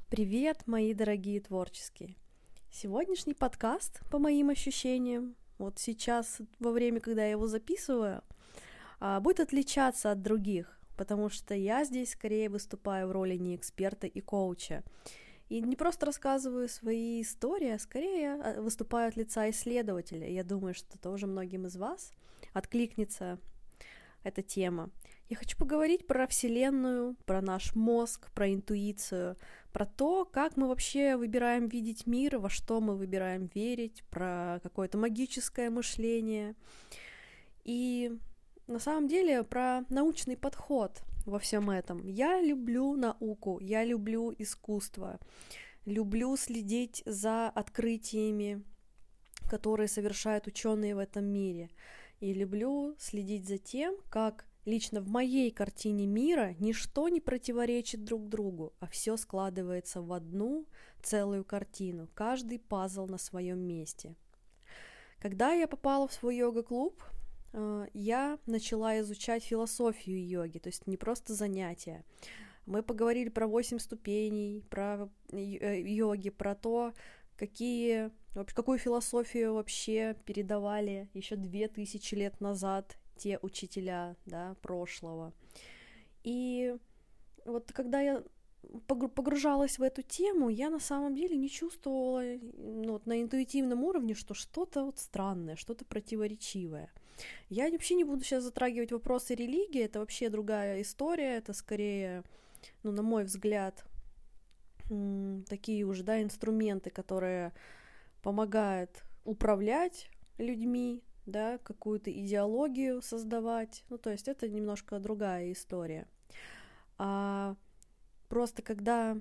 Привет, мои дорогие творческие! Сегодняшний подкаст, по моим ощущениям, вот сейчас, во время, когда я его записываю, будет отличаться от других, потому что я здесь скорее выступаю в роли не эксперта и коуча. И не просто рассказываю свои истории, а скорее выступаю от лица исследователя. Я думаю, что тоже многим из вас откликнется эта тема. Я хочу поговорить про Вселенную, про наш мозг, про интуицию, про то, как мы вообще выбираем видеть мир, во что мы выбираем верить, про какое-то магическое мышление. И на самом деле про научный подход во всем этом. Я люблю науку, я люблю искусство, люблю следить за открытиями, которые совершают ученые в этом мире. И люблю следить за тем, как лично в моей картине мира ничто не противоречит друг другу, а все складывается в одну целую картину, каждый пазл на своем месте. Когда я попала в свой йога-клуб, я начала изучать философию йоги, то есть не просто занятия. Мы поговорили про 8 ступеней, про йоги, про то, какую философию вообще передавали еще 2000 лет назад те учителя, да, прошлого. И вот когда я погружалась в эту тему, я на самом деле не чувствовала на интуитивном уровне, что что-то вот странное, что-то противоречивое. Я вообще не буду сейчас затрагивать вопросы религии, это вообще другая история, это скорее, на мой взгляд, такие уже, да, инструменты, которые помогают управлять людьми, да, какую-то идеологию создавать. То есть это немножко другая история. А просто когда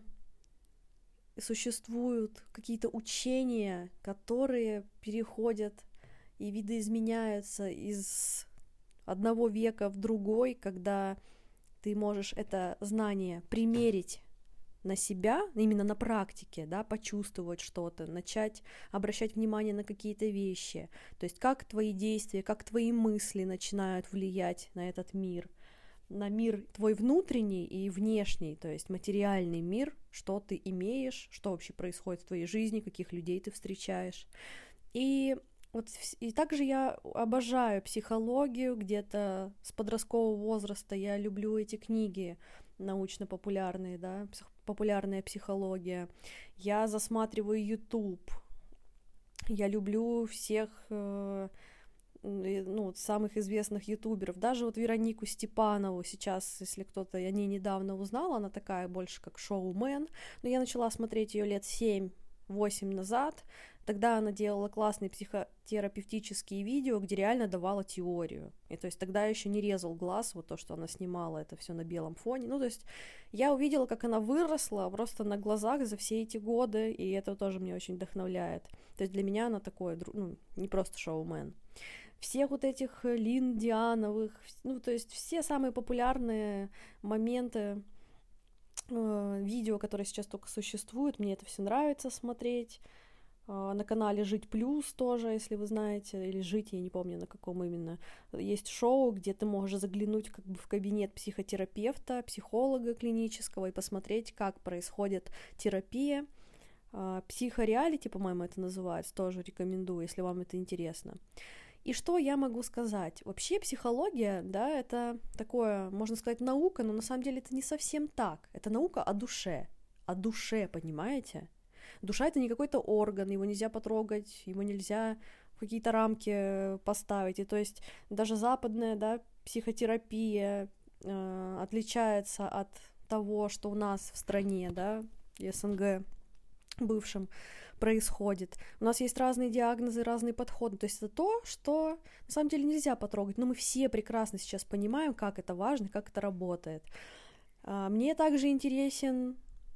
существуют какие-то учения, которые переходят и видоизменяются из одного века в другой, когда ты можешь это знание примерить на себя, именно на практике, да, почувствовать что-то, начать обращать внимание на какие-то вещи, то есть как твои действия, как твои мысли начинают влиять на этот мир, на мир твой внутренний и внешний, то есть материальный мир, что ты имеешь, что вообще происходит в твоей жизни, каких людей ты встречаешь. И также я обожаю психологию, где-то с подросткового возраста я люблю эти книги научно-популярные, да, популярная психология. Я засматриваю YouTube. Я люблю всех самых известных ютуберов. Даже вот Веронику Степанову сейчас, если кто-то о ней недавно узнал, она такая больше как шоумен. Но я начала смотреть ее лет 7-8 назад. Тогда она делала классные психотерапевтические видео, где реально давала теорию. И то есть тогда еще не резал глаз, вот то, что она снимала, это все на белом фоне. То есть я увидела, как она выросла просто на глазах за все эти годы, и это тоже меня очень вдохновляет. То есть для меня она такой, не просто шоумен. Всех вот этих Лин Диановых, то есть все самые популярные моменты видео, которые сейчас только существуют, мне это все нравится смотреть. На канале «Жить плюс» тоже, если вы знаете, или «Жить», я не помню, на каком именно. Есть шоу, где ты можешь заглянуть как бы в кабинет психотерапевта, психолога клинического и посмотреть, как происходит терапия. Психореалити, по-моему, это называется, тоже рекомендую, если вам это интересно. И что я могу сказать? Вообще психология, да, это такое, можно сказать, наука, но на самом деле это не совсем так. Это наука о душе, понимаете? Душа — это не какой-то орган, его нельзя потрогать, его нельзя в какие-то рамки поставить. И то есть даже западная, да, психотерапия отличается от того, что у нас в стране, да, СНГ бывшем происходит. У нас есть разные диагнозы, разные подходы. То есть это то, что на самом деле нельзя потрогать. Но мы все прекрасно сейчас понимаем, как это важно, как это работает. Мне также интересны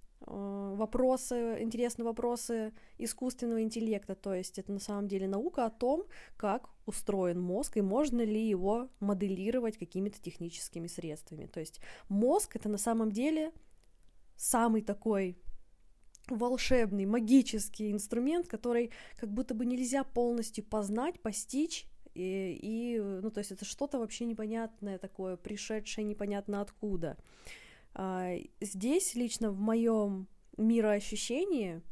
вопросы искусственного интеллекта, то есть это на самом деле наука о том, как устроен мозг и можно ли его моделировать какими-то техническими средствами. То есть мозг — это на самом деле самый такой волшебный, магический инструмент, который как будто бы нельзя полностью познать, постичь, то есть это что-то вообще непонятное такое, пришедшее непонятно откуда. Здесь лично в моем мироощущение,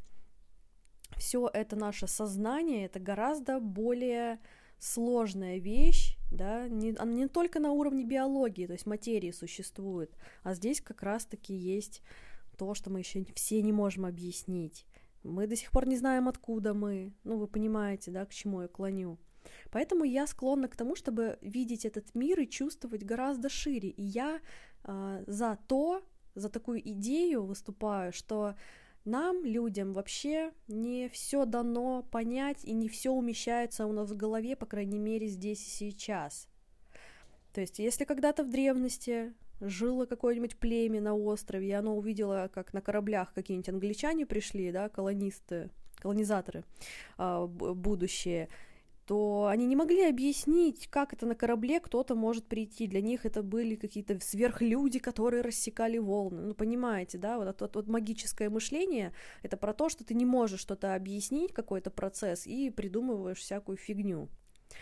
все это наше сознание, это гораздо более сложная вещь, да, она не только на уровне биологии, то есть материи существует, а здесь как раз-таки есть то, что мы еще все не можем объяснить. Мы до сих пор не знаем, откуда мы, вы понимаете, да, к чему я клоню. Поэтому я склонна к тому, чтобы видеть этот мир и чувствовать гораздо шире. И я за такую идею выступаю, что нам, людям, вообще не все дано понять, и не все умещается у нас в голове, по крайней мере, здесь и сейчас. То есть, если когда-то в древности жило какое-нибудь племя на острове, и оно увидело, как на кораблях какие-нибудь англичане пришли, да, колонизаторы будущие, то они не могли объяснить, как это на корабле кто-то может прийти. Для них это были какие-то сверхлюди, которые рассекали волны. Понимаете, да, вот магическое мышление — это про то, что ты не можешь что-то объяснить, какой-то процесс, и придумываешь всякую фигню.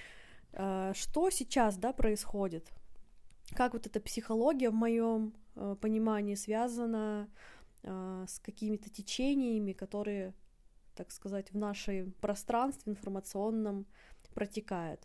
Что сейчас, да, происходит? Как вот эта психология в моем понимании связана с какими-то течениями, которые, так сказать, в нашем пространстве информационном протекают.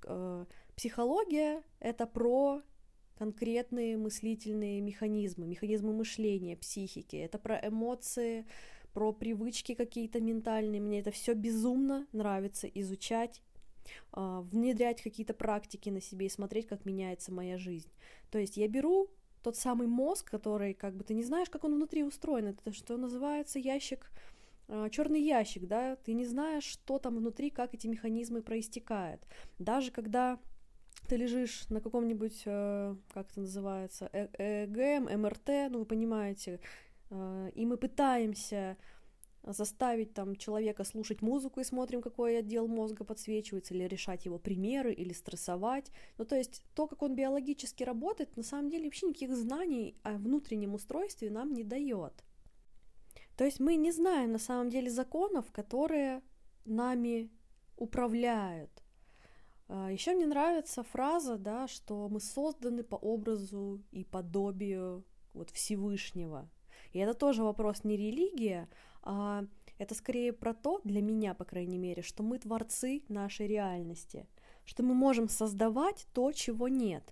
Психология — это про конкретные мыслительные механизмы мышления, психики, это про эмоции, про привычки какие-то ментальные. Мне это все безумно нравится изучать, внедрять какие-то практики на себе и смотреть, как меняется моя жизнь. То есть я беру тот самый мозг, который, как бы, ты не знаешь, как он внутри устроен, это что называется черный ящик, да, ты не знаешь, что там внутри, как эти механизмы проистекают. Даже когда ты лежишь на каком-нибудь, как это называется, ЭЭГ, МРТ, вы понимаете, и мы пытаемся заставить там человека слушать музыку и смотрим, какой отдел мозга подсвечивается, или решать его примеры, или стрессовать. То есть то, как он биологически работает, на самом деле вообще никаких знаний о внутреннем устройстве нам не дает. То есть мы не знаем на самом деле законов, которые нами управляют. Еще мне нравится фраза, да, что мы созданы по образу и подобию Всевышнего. И это тоже вопрос не религия, а это скорее про то, для меня, по крайней мере, что мы творцы нашей реальности, что мы можем создавать то, чего нет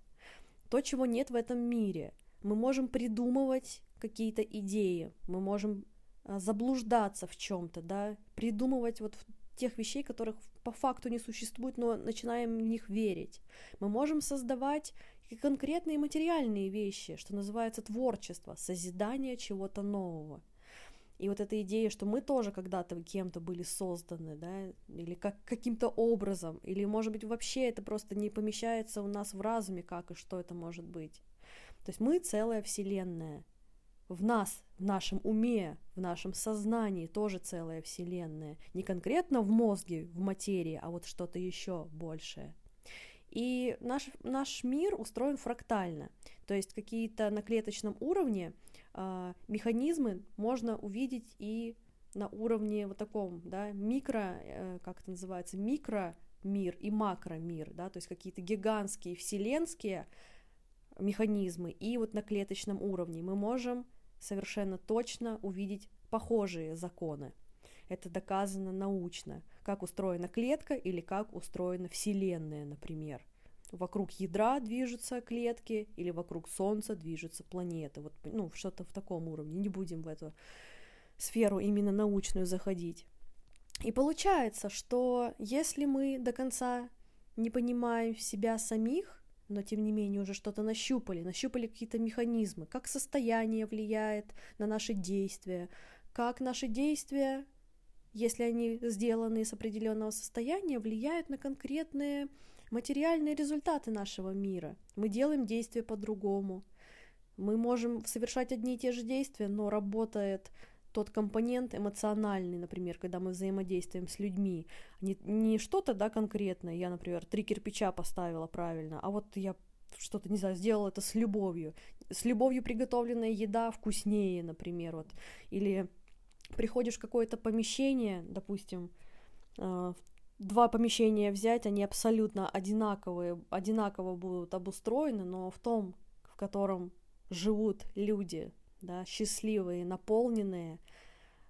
в этом мире. Мы можем придумывать какие-то идеи, мы можем заблуждаться в чем-то, да, придумывать тех вещей, которых по факту не существует, но начинаем в них верить. Мы можем создавать конкретные материальные вещи, что называется творчество, созидание чего-то нового. И эта идея, что мы тоже когда-то кем-то были созданы, да, или каким-то образом, или, может быть, вообще это просто не помещается у нас в разуме, как и что это может быть. То есть мы целая вселенная. В нас, в нашем уме, в нашем сознании тоже целая вселенная. Не конкретно в мозге, в материи, а что-то еще большее. И наш мир устроен фрактально. То есть какие-то на клеточном уровне механизмы можно увидеть и на уровне таком, да, микромир и макромир, да, то есть какие-то гигантские вселенские механизмы, и на клеточном уровне мы можем совершенно точно увидеть похожие законы. Это доказано научно, как устроена клетка или как устроена Вселенная, например. Вокруг ядра движутся клетки или вокруг Солнца движутся планеты. Что-то в таком уровне. Не будем в эту сферу именно научную заходить. И получается, что если мы до конца не понимаем себя самих, но тем не менее уже что-то нащупали какие-то механизмы, как состояние влияет на наши действия, как наши действия, если они сделаны из определенного состояния, влияют на конкретные материальные результаты нашего мира. Мы делаем действия по-другому. Мы можем совершать одни и те же действия, но работает тот компонент эмоциональный, например, когда мы взаимодействуем с людьми. Не что-то, да, конкретное. Я, например, 3 кирпича поставила правильно, а я что-то, не знаю, сделала это с любовью. С любовью приготовленная еда вкуснее, например. Или приходишь в какое-то помещение, допустим, 2 помещения взять, они абсолютно одинаково будут обустроены, но в том, в котором живут люди, да, счастливые, наполненные,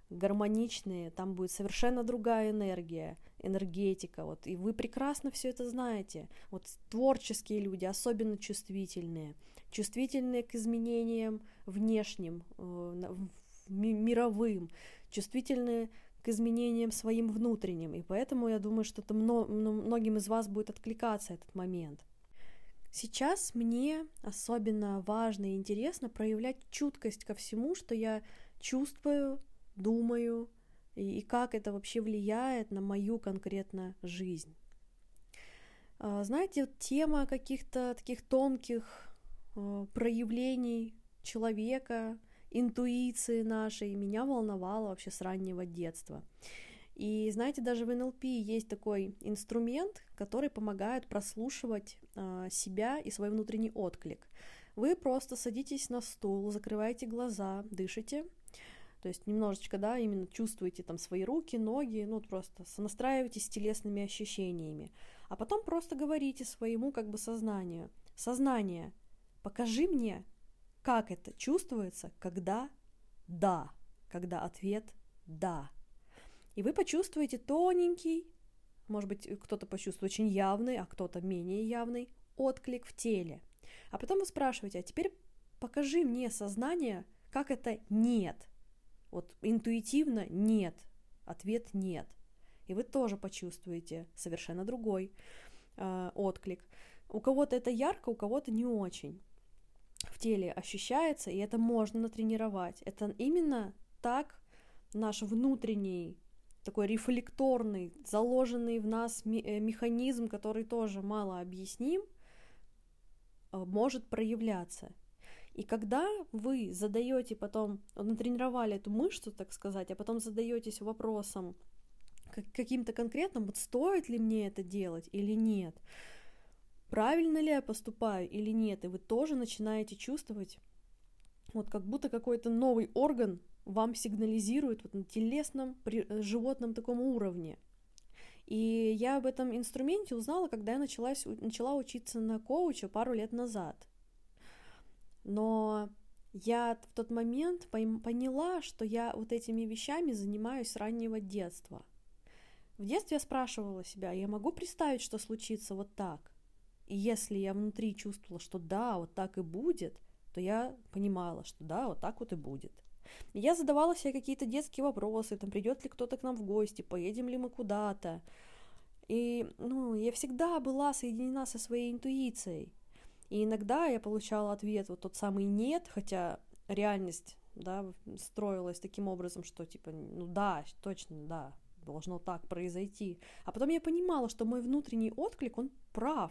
гармоничные, там будет совершенно другая энергетика, вот, и вы прекрасно все это знаете. Вот творческие люди особенно чувствительные к изменениям внешним, мировым, чувствительные к изменениям своим внутренним, и поэтому я думаю, что это многим из вас будет откликаться этот момент. Сейчас мне особенно важно и интересно проявлять чуткость ко всему, что я чувствую, думаю, и как это вообще влияет на мою конкретно жизнь. Знаете, вот тема каких-то таких тонких проявлений человека, интуиции нашей меня волновала вообще с раннего детства. И знаете, даже в НЛП есть такой инструмент, который помогает прослушивать себя и свой внутренний отклик. Вы просто садитесь на стул, закрываете глаза, дышите, то есть немножечко, да, именно чувствуете там свои руки, ноги, ну просто сонастраиваетесь с телесными ощущениями, а потом просто говорите своему как бы сознанию: сознание, покажи мне, как это чувствуется, когда да, когда ответ да. И вы почувствуете тоненький, может быть, кто-то почувствует очень явный, а кто-то менее явный отклик в теле. А потом вы спрашиваете: а теперь покажи мне, сознание, как это нет. Вот интуитивно нет, ответ нет. И вы тоже почувствуете совершенно другой отклик. У кого-то это ярко, у кого-то не очень в теле ощущается, и это можно натренировать. Это именно так наш внутренний, такой рефлекторный, заложенный в нас механизм, который тоже мало объясним, может проявляться. И когда вы задаете потом, натренировали эту мышцу, так сказать, а потом задаетесь вопросом каким-то конкретным, вот стоит ли мне это делать или нет, правильно ли я поступаю или нет, и вы тоже начинаете чувствовать, вот как будто какой-то новый орган вам сигнализирует вот на телесном, животном таком уровне. И я об этом инструменте узнала, когда я начала учиться на коуча пару лет назад. Но я в тот момент поняла, что я вот этими вещами занимаюсь с раннего детства. В детстве я спрашивала себя: я могу представить, что случится вот так? И если я внутри чувствовала, что да, вот так и будет, то я понимала, что да, вот так вот и будет. И я задавала себе какие-то детские вопросы, там, придет ли кто-то к нам в гости, поедем ли мы куда-то. И, я всегда была соединена со своей интуицией. И иногда я получала ответ вот тот самый «нет», хотя реальность, да, строилась таким образом, что типа, да, точно, да, должно так произойти. А потом я понимала, что мой внутренний отклик, он прав,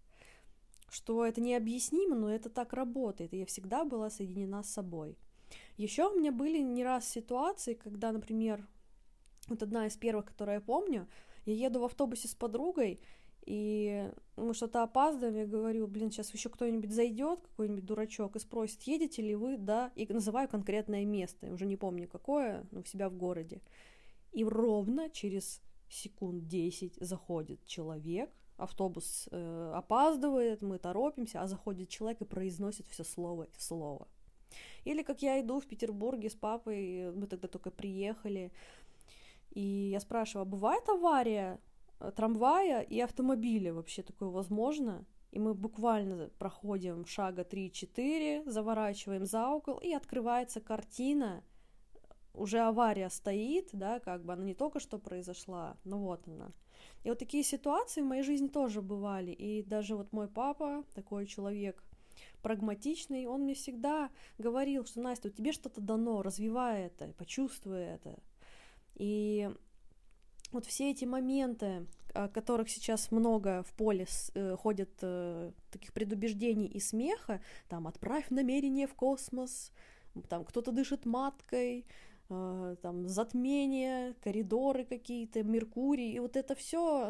что это необъяснимо, но это так работает, и я всегда была соединена с собой. Еще у меня были не раз ситуации, когда, например, вот одна из первых, которую я помню, я еду в автобусе с подругой, и мы что-то опаздываем, я говорю: сейчас еще кто-нибудь зайдет, какой-нибудь дурачок, и спросит: едете ли вы, да, и называю конкретное место, я уже не помню какое, но у себя в городе. И ровно через секунд 10 заходит человек, автобус опаздывает, мы торопимся, а заходит человек и произносит все слово в слово. Или как я иду в Петербурге с папой, мы тогда только приехали, и я спрашиваю: а бывает авария трамвая и автомобиля, вообще такое возможно? И мы буквально проходим шага 3-4, заворачиваем за угол, и открывается картина, уже авария стоит, да, как бы она не только что произошла, но вот она. И вот такие ситуации в моей жизни тоже бывали, и даже вот мой папа, такой человек прагматичный, он мне всегда говорил, что: Настя, тебе что-то дано, развивай это, почувствуй это. И вот все эти моменты, о которых сейчас много в поле ходят таких предубеждений и смеха, там «отправь намерение в космос», там кто-то дышит маткой, там затмения, коридоры какие-то, Меркурий, и вот это все,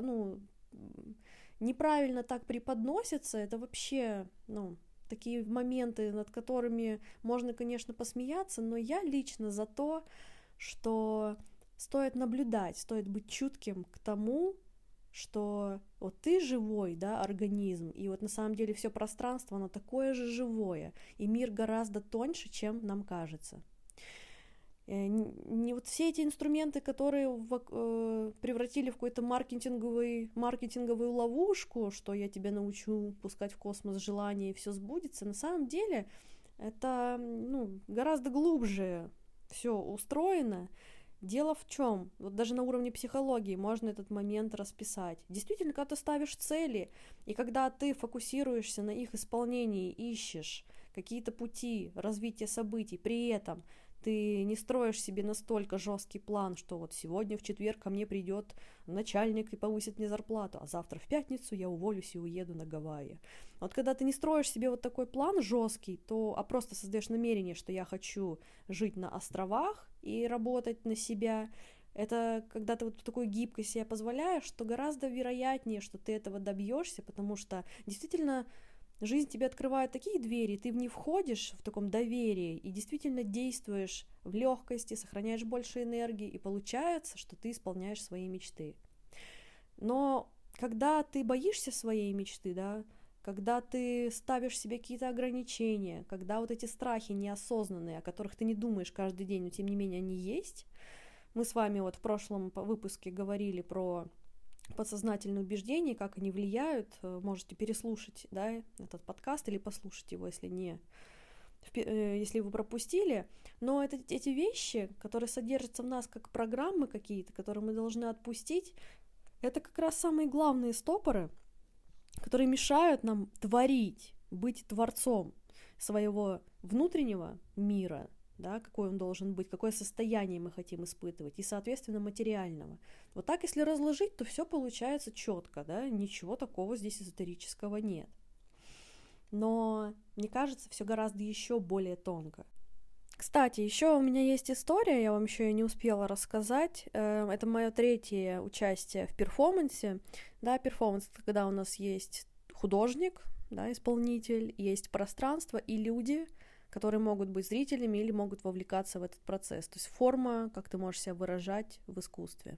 неправильно так преподносится, это вообще, такие моменты, над которыми можно, конечно, посмеяться, но я лично за то, что стоит наблюдать, стоит быть чутким к тому, что вот ты живой, да, организм, и вот на самом деле все пространство, оно такое же живое, и мир гораздо тоньше, чем нам кажется. Не вот все эти инструменты, которые превратили в какую-то маркетинговую ловушку, что я тебя научу пускать в космос желание и все сбудется, на самом деле это гораздо глубже все устроено. Дело в чем? Вот даже на уровне психологии можно этот момент расписать. Действительно, когда ты ставишь цели, и когда ты фокусируешься на их исполнении, ищешь какие-то пути развития событий, при этом ты не строишь себе настолько жесткий план, что вот сегодня в четверг ко мне придет начальник и повысит мне зарплату, а завтра в пятницу я уволюсь и уеду на Гавайи. Вот когда ты не строишь себе вот такой план жесткий, а просто создаешь намерение, что я хочу жить на островах и работать на себя, это когда ты вот такую гибкость себе позволяешь, то гораздо вероятнее, что ты этого добьешься, потому что действительно жизнь тебе открывает такие двери, ты в них входишь в таком доверии и действительно действуешь в легкости, сохраняешь больше энергии, и получается, что ты исполняешь свои мечты. Но когда ты боишься своей мечты, да, когда ты ставишь себе какие-то ограничения, когда вот эти страхи неосознанные, о которых ты не думаешь каждый день, но тем не менее они есть. Мы с вами вот в прошлом выпуске говорили про подсознательные убеждения, как они влияют. Можете переслушать, да, этот подкаст или послушать его, если вы пропустили. Но эти вещи, которые содержатся в нас как программы какие-то, которые мы должны отпустить, это как раз самые главные стопоры, которые мешают нам творить, быть творцом своего внутреннего мира, да, какой он должен быть, какое состояние мы хотим испытывать, и, соответственно, материального. Вот так, если разложить, то все получается четко, да, ничего такого здесь эзотерического нет. Но, мне кажется, все гораздо еще более тонко. Кстати, еще у меня есть история, я вам еще и не успела рассказать. Это мое третье участие в перформансе. Да, перформанс — это когда у нас есть художник, да, исполнитель, есть пространство и люди, которые могут быть зрителями или могут вовлекаться в этот процесс. То есть форма, как ты можешь себя выражать в искусстве.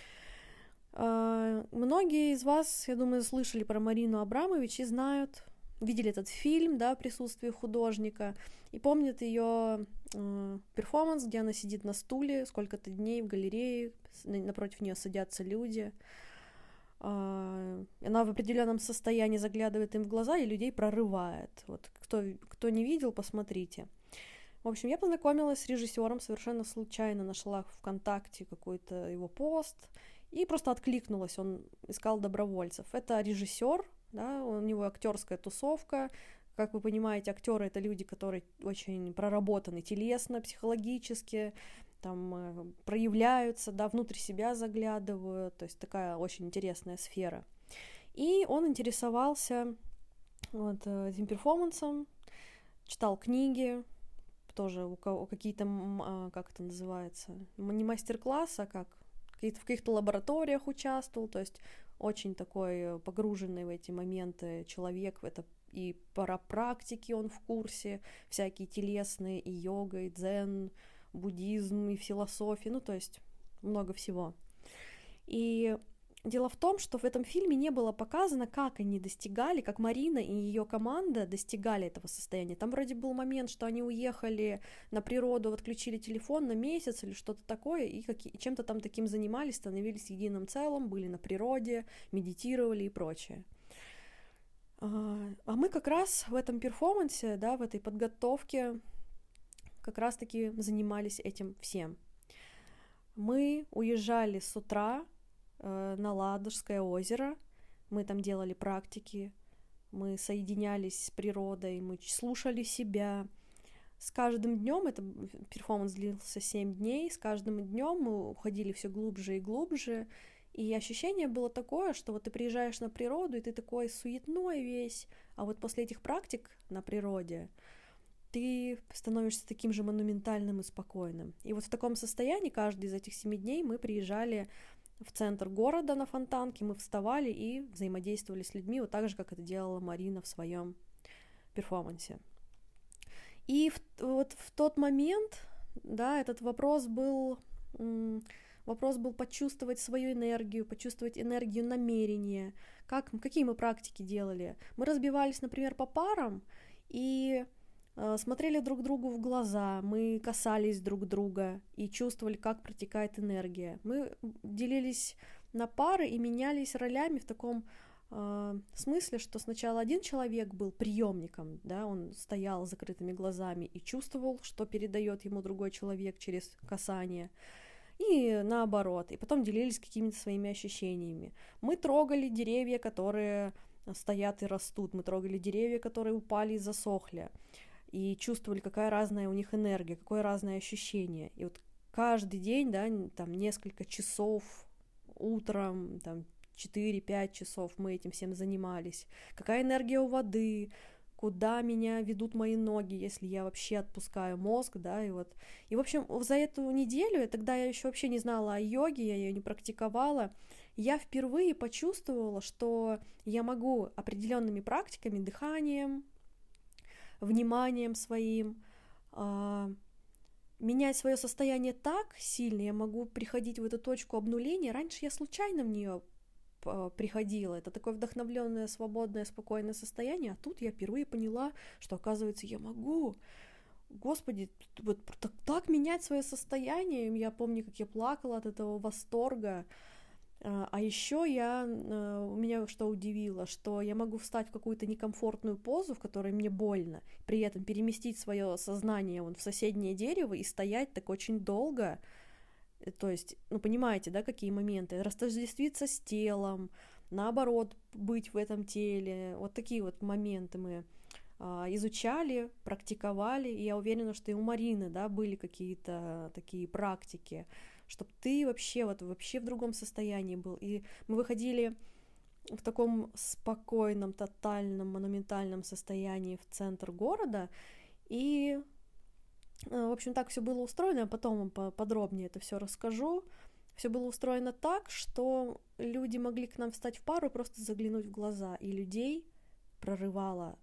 Многие из вас, я думаю, слышали про Марину Абрамович и знают, видели этот фильм, да, «Присутствие художника», и помнят ее перформанс, где она сидит на стуле сколько-то дней в галерее, напротив нее садятся люди. Она в определенном состоянии заглядывает им в глаза и людей прорывает. Вот кто не видел, посмотрите. В общем, я познакомилась с режиссером совершенно случайно, нашла в ВКонтакте какой-то его пост и просто откликнулась. Он искал добровольцев. Это режиссер, да, у него актерская тусовка. Как вы понимаете, актеры — это люди, которые очень проработаны телесно, психологически, там проявляются, да, внутрь себя заглядывают, то есть такая очень интересная сфера. И он интересовался вот этим перформансом, читал книги, тоже у какие-то, как это называется, не мастер-класс, а как в каких-то лабораториях участвовал, то есть очень такой погруженный в эти моменты человек, это и парапрактики он в курсе, всякие телесные, и йога, и дзен, буддизм, и философия, то есть много всего. И дело в том, что в этом фильме не было показано, как они достигали, как Марина и ее команда достигали этого состояния. Там вроде был момент, что они уехали на природу, отключили телефон на месяц или что-то такое, и чем-то там таким занимались, становились единым целым, были на природе, медитировали и прочее. А мы как раз в этом перформансе, да, в этой подготовке как раз-таки занимались этим всем. Мы уезжали с утра на Ладожское озеро, мы там делали практики, мы соединялись с природой, мы слушали себя. С каждым днем, это перформанс длился 7 дней, с каждым днем мы уходили все глубже и глубже, и ощущение было такое, что вот ты приезжаешь на природу, и ты такой суетной весь, а вот после этих практик на природе ты становишься таким же монументальным и спокойным. И вот в таком состоянии каждый из этих 7 дней мы приезжали в центр города на Фонтанке, мы вставали и взаимодействовали с людьми, вот так же, как это делала Марина в своем перформансе. И вот в тот момент, да, этот вопрос был почувствовать свою энергию, почувствовать энергию намерения. Какие мы практики делали? Мы разбивались, например, по парам, и смотрели друг другу в глаза, мы касались друг друга и чувствовали, как протекает энергия. Мы делились на пары и менялись ролями в таком смысле, что сначала один человек был приемником, да, он стоял с закрытыми глазами и чувствовал, что передает ему другой человек через касание, и наоборот, и потом делились какими-то своими ощущениями. Мы трогали деревья, которые стоят и растут, мы трогали деревья, которые упали и засохли, и чувствовали, какая разная у них энергия, какое разное ощущение. И вот каждый день, да, там несколько часов утром, там 4-5 часов мы этим всем занимались. Какая энергия у воды, куда меня ведут мои ноги, если я вообще отпускаю мозг, да, и вот. И, в общем, за эту неделю, тогда я еще вообще не знала о йоге, я ее не практиковала, я впервые почувствовала, что я могу определенными практиками, дыханием, вниманием своим, менять свое состояние так сильно, я могу приходить в эту точку обнуления. Раньше я случайно в нее приходила. Это такое вдохновленное, свободное, спокойное состояние. А тут я впервые поняла, что, оказывается, я могу. Господи, вот так менять свое состояние. Я помню, как я плакала от этого восторга. А еще меня что удивило, что я могу встать в какую-то некомфортную позу, в которой мне больно, при этом переместить свое сознание в соседнее дерево и стоять так очень долго. То есть, понимаете, да, какие моменты? Растождествиться с телом, наоборот, быть в этом теле. Вот такие вот моменты мы изучали, практиковали. И я уверена, что и у Марины, да, были какие-то такие практики, чтобы ты вообще в другом состоянии был. И мы выходили в таком спокойном, тотальном, монументальном состоянии в центр города, и, в общем, так все было устроено, я потом вам подробнее это все расскажу. Все было устроено так, что люди могли к нам встать в пару, просто заглянуть в глаза, и людей прорывало.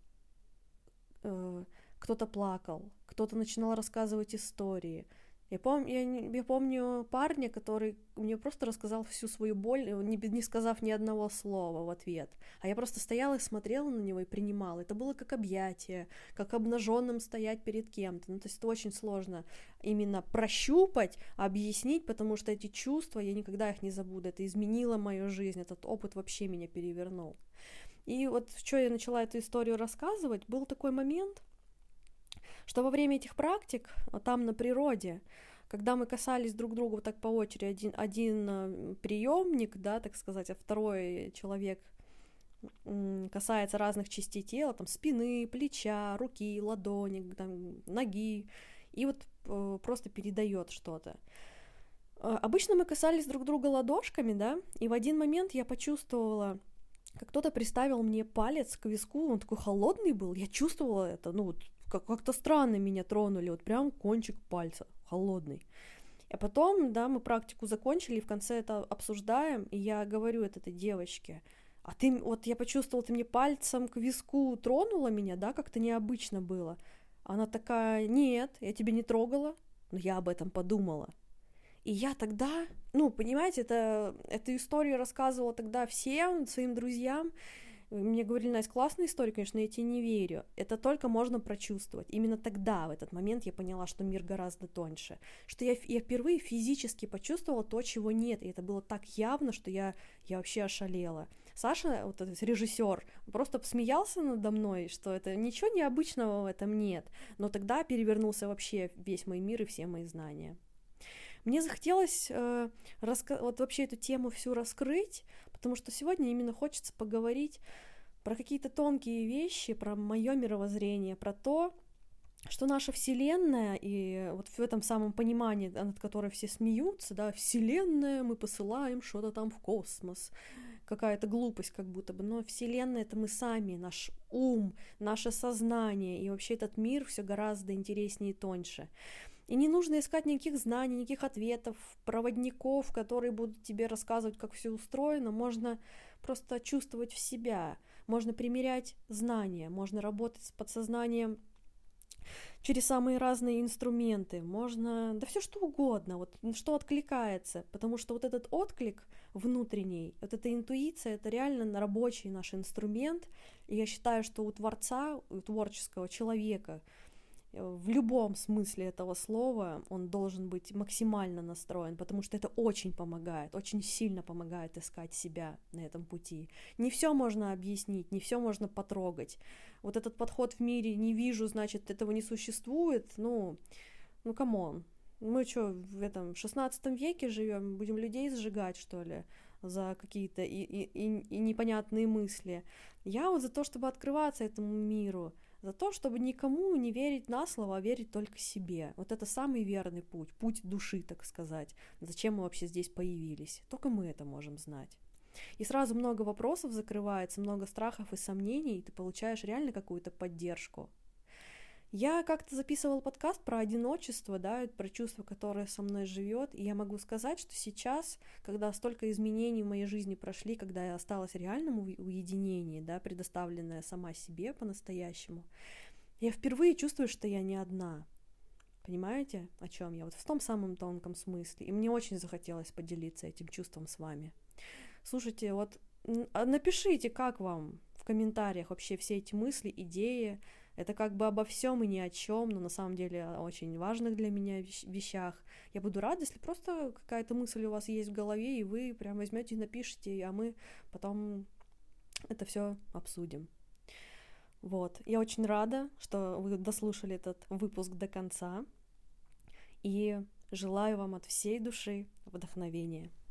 Кто-то плакал, кто-то начинал рассказывать истории. Я помню парня, который мне просто рассказал всю свою боль, не сказав ни одного слова в ответ. А я просто стояла и смотрела на него и принимала. Это было как объятие, как обнаженным стоять перед кем-то. То есть это очень сложно именно прощупать, объяснить, потому что эти чувства, я никогда их не забуду. Это изменило мою жизнь, этот опыт вообще меня перевернул. И вот что я начала эту историю рассказывать, был такой момент, что во время этих практик, там на природе, когда мы касались друг друга вот так по очереди, один приемник, да, так сказать, а второй человек касается разных частей тела, там спины, плеча, руки, ладони, там, ноги, и вот просто передает что-то. Обычно мы касались друг друга ладошками, да, и в один момент я почувствовала, как кто-то приставил мне палец к виску, он такой холодный был, я чувствовала это, как-то странно меня тронули, вот прям кончик пальца, холодный. А потом, да, мы практику закончили, и в конце это обсуждаем, и я говорю этой девочке, вот я почувствовала, ты мне пальцем к виску тронула меня, да, как-то необычно было. Она такая, нет, я тебя не трогала, но я об этом подумала. И я тогда, понимаете, эту историю рассказывала тогда всем своим друзьям. Мне говорили, Настя, классная история, конечно, я тебе не верю. Это только можно прочувствовать. Именно тогда, в этот момент, я поняла, что мир гораздо тоньше. Что я впервые физически почувствовала то, чего нет. И это было так явно, что я вообще ошалела. Саша, вот этот режиссер, просто посмеялся надо мной, что это ничего необычного в этом нет. Но тогда перевернулся вообще весь мой мир и все мои знания. Мне захотелось вот вообще эту тему всю раскрыть, потому что сегодня именно хочется поговорить про какие-то тонкие вещи, про мое мировоззрение, про то, что наша Вселенная, и вот в этом самом понимании, над которой все смеются, да, Вселенная, мы посылаем что-то там в космос, какая-то глупость как будто бы, но Вселенная — это мы сами, наш ум, наше сознание, и вообще этот мир все гораздо интереснее и тоньше. И не нужно искать никаких знаний, никаких ответов, проводников, которые будут тебе рассказывать, как все устроено. Можно просто чувствовать в себя, можно примерять знания, можно работать с подсознанием через самые разные инструменты, можно, да все что угодно, вот что откликается, потому что вот этот отклик внутренний, вот эта интуиция, это реально рабочий наш инструмент, и я считаю, что у творца, у творческого человека в любом смысле этого слова он должен быть максимально настроен, потому что это очень помогает, очень сильно помогает искать себя на этом пути. Не все можно объяснить, не все можно потрогать. Вот этот подход в мире «не вижу, значит, этого не существует», ну, камон. Мы что, в этом 16 веке живем, будем людей сжигать, что ли, за какие-то и непонятные мысли. Я вот за то, чтобы открываться этому миру, за то, чтобы никому не верить на слово, а верить только себе. Вот это самый верный путь души, так сказать. Зачем мы вообще здесь появились? Только мы это можем знать. И сразу много вопросов закрывается, много страхов и сомнений, и ты получаешь реально какую-то поддержку. Я как-то записывала подкаст про одиночество, да, про чувство, которое со мной живет, и я могу сказать, что сейчас, когда столько изменений в моей жизни прошли, когда я осталась в реальном уединении, да, предоставленная сама себе по-настоящему, я впервые чувствую, что я не одна. Понимаете, о чем я? Вот в том самом тонком смысле. И мне очень захотелось поделиться этим чувством с вами. Слушайте, вот напишите, как вам в комментариях вообще все эти мысли, идеи. Это как бы обо всем и ни о чем, но на самом деле о очень важных для меня вещах. Я буду рада, если просто какая-то мысль у вас есть в голове, и вы прям возьмете и напишите, а мы потом это все обсудим. Вот. Я очень рада, что вы дослушали этот выпуск до конца. И желаю вам от всей души вдохновения.